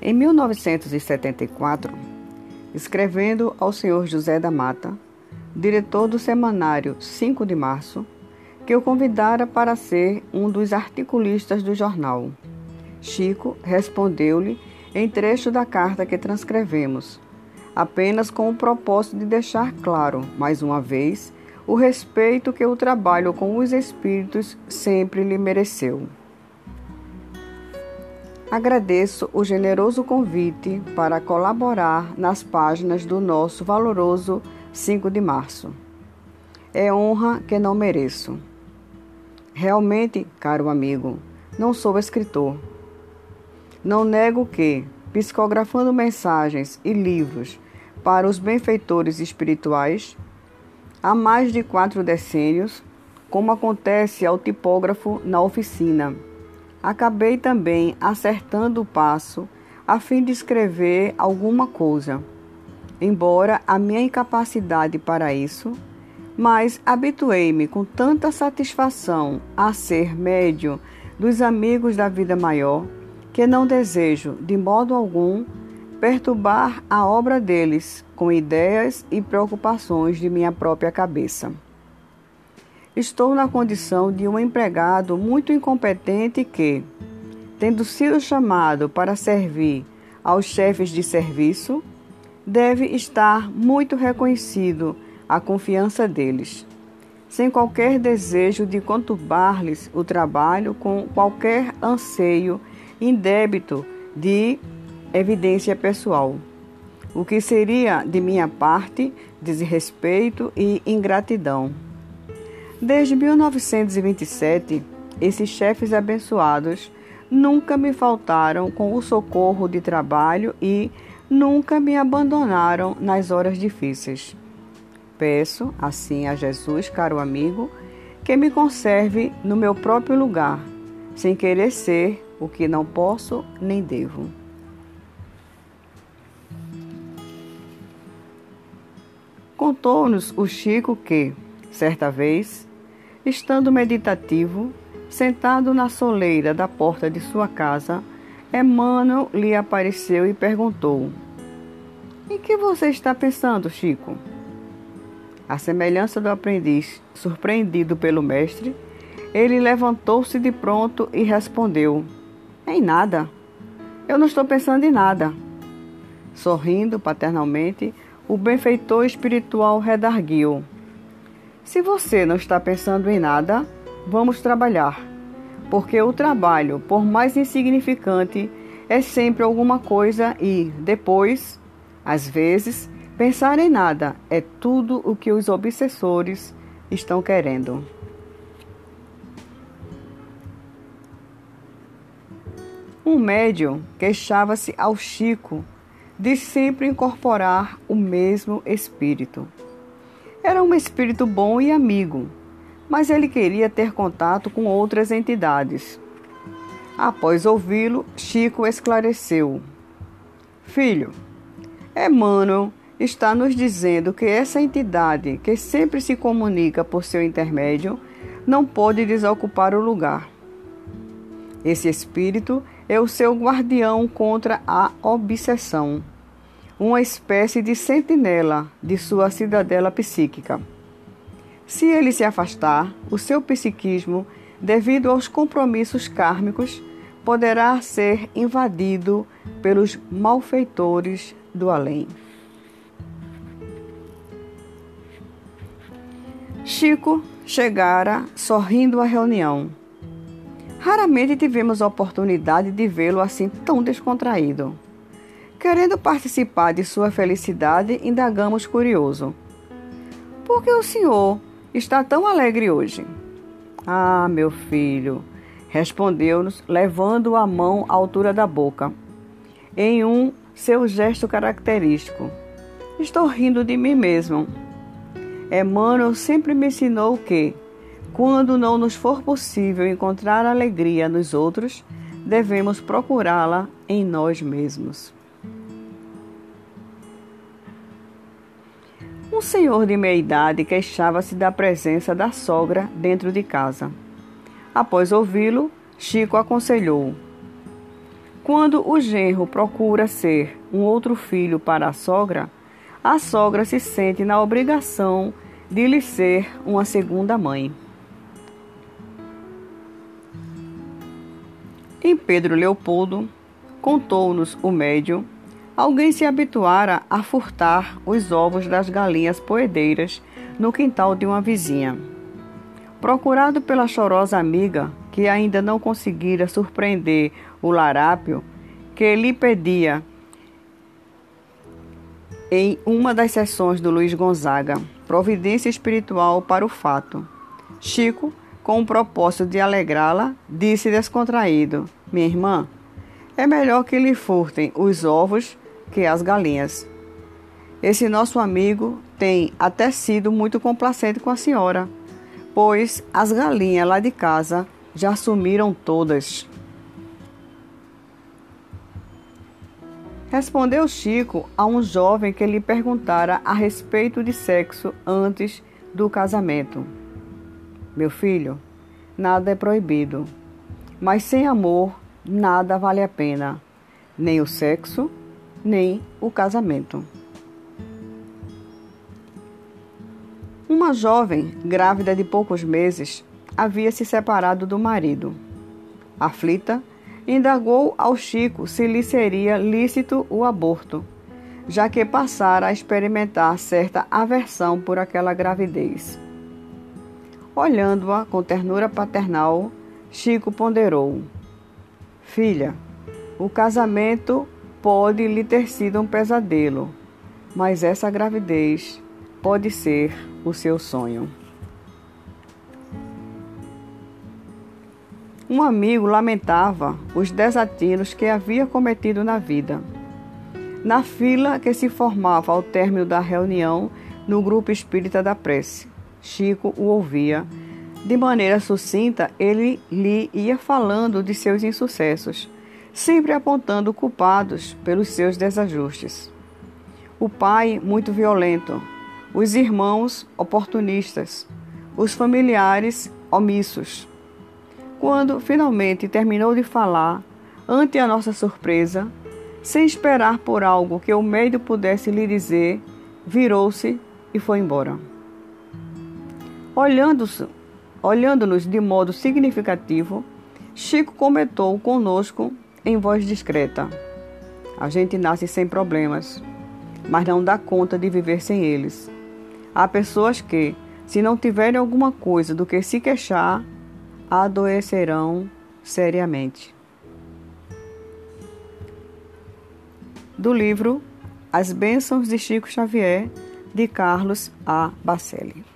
Em 1974, escrevendo ao Sr. José da Mata, diretor do semanário 5 de Março, que o convidara para ser um dos articulistas do jornal, Chico respondeu-lhe em trecho da carta que transcrevemos, apenas com o propósito de deixar claro, mais uma vez, o respeito que o trabalho com os espíritos sempre lhe mereceu. Agradeço o generoso convite para colaborar nas páginas do nosso valoroso 5 de Março. É honra que não mereço. Realmente, caro amigo, não sou escritor. Não nego que, psicografando mensagens e livros para os benfeitores espirituais, há mais de 4 decênios, como acontece ao tipógrafo na oficina, acabei também acertando o passo a fim de escrever alguma coisa, embora a minha incapacidade para isso, mas habituei-me com tanta satisfação a ser médium dos amigos da vida maior, que não desejo, de modo algum, perturbar a obra deles com ideias e preocupações de minha própria cabeça. Estou na condição de um empregado muito incompetente que, tendo sido chamado para servir aos chefes de serviço, deve estar muito reconhecido a confiança deles, sem qualquer desejo de conturbar-lhes o trabalho com qualquer anseio indébito de evidência pessoal, o que seria, de minha parte, desrespeito e ingratidão. Desde 1927, esses chefes abençoados nunca me faltaram com o socorro de trabalho e nunca me abandonaram nas horas difíceis. Peço, assim, a Jesus, caro amigo, que me conserve no meu próprio lugar, sem querer ser o que não posso nem devo. Contou-nos o Chico que, certa vez, estando meditativo, sentado na soleira da porta de sua casa, Emmanuel lhe apareceu e perguntou: "Em que você está pensando, Chico?" À semelhança do aprendiz surpreendido pelo mestre, ele levantou-se de pronto e respondeu: "Em nada. Eu não estou pensando em nada." Sorrindo paternalmente, o benfeitor espiritual redarguiu: "Se você não está pensando em nada, vamos trabalhar, porque o trabalho, por mais insignificante, é sempre alguma coisa e, depois, às vezes, pensar em nada é tudo o que os obsessores estão querendo." Um médium queixava-se ao Chico de sempre incorporar o mesmo espírito. Era um espírito bom e amigo, mas ele queria ter contato com outras entidades. Após ouvi-lo, Chico esclareceu: "Filho, Emmanuel está nos dizendo que essa entidade, que sempre se comunica por seu intermédio, não pode desocupar o lugar. Esse espírito é o seu guardião contra a obsessão, uma espécie de sentinela de sua cidadela psíquica. Se ele se afastar, o seu psiquismo, devido aos compromissos kármicos, poderá ser invadido pelos malfeitores do além." Chico chegara sorrindo à reunião. Raramente tivemos a oportunidade de vê-lo assim tão descontraído. Querendo participar de sua felicidade, indagamos curioso: "Por que o senhor está tão alegre hoje?" "Ah, meu filho", respondeu-nos, levando a mão à altura da boca, em seu gesto característico. "Estou rindo de mim mesmo. Emmanuel sempre me ensinou que, quando não nos for possível encontrar alegria nos outros, devemos procurá-la em nós mesmos." Um senhor de meia idade queixava-se da presença da sogra dentro de casa. Após ouvi-lo, Chico aconselhou: Quando o genro procura ser um outro filho para a sogra se sente na obrigação de lhe ser uma segunda mãe. Em Pedro Leopoldo, contou-nos o médium, alguém se habituara a furtar os ovos das galinhas poedeiras no quintal de uma vizinha. Procurado pela chorosa amiga, que ainda não conseguira surpreender o larápio, que lhe pedia em uma das sessões do Luiz Gonzaga, providência espiritual para o fato. Chico, com o propósito de alegrá-la, disse descontraído: minha irmã, é melhor que lhe furtem os ovos que as galinhas. Esse nosso amigo tem até sido muito complacente com a senhora, pois as galinhas lá de casa já sumiram todas. Respondeu Chico a um jovem que lhe perguntara a respeito de sexo antes do casamento. Meu filho, nada é proibido, mas sem amor nada vale a pena, nem o sexo, nem o casamento. Uma jovem, grávida de poucos meses, havia se separado do marido. Aflita, indagou ao Chico se lhe seria lícito o aborto, já que passara a experimentar certa aversão por aquela gravidez. Olhando-a com ternura paternal, Chico ponderou: filha, o casamento pode lhe ter sido um pesadelo, mas essa gravidez pode ser o seu sonho. Um amigo lamentava os desatinos que havia cometido na vida. Na fila que se formava ao término da reunião no grupo espírita da prece, Chico o ouvia. De maneira sucinta, ele lhe ia falando de seus insucessos, sempre apontando culpados pelos seus desajustes. O pai muito violento, os irmãos oportunistas, os familiares omissos. Quando finalmente terminou de falar, ante a nossa surpresa, sem esperar por algo que o médium pudesse lhe dizer, virou-se e foi embora. Olhando-nos de modo significativo, Chico comentou conosco em voz discreta: a gente nasce sem problemas, mas não dá conta de viver sem eles. Há pessoas que, se não tiverem alguma coisa do que se queixar, adoecerão seriamente. Do livro As Bênçãos de Chico Xavier, de Carlos A. Bacelli.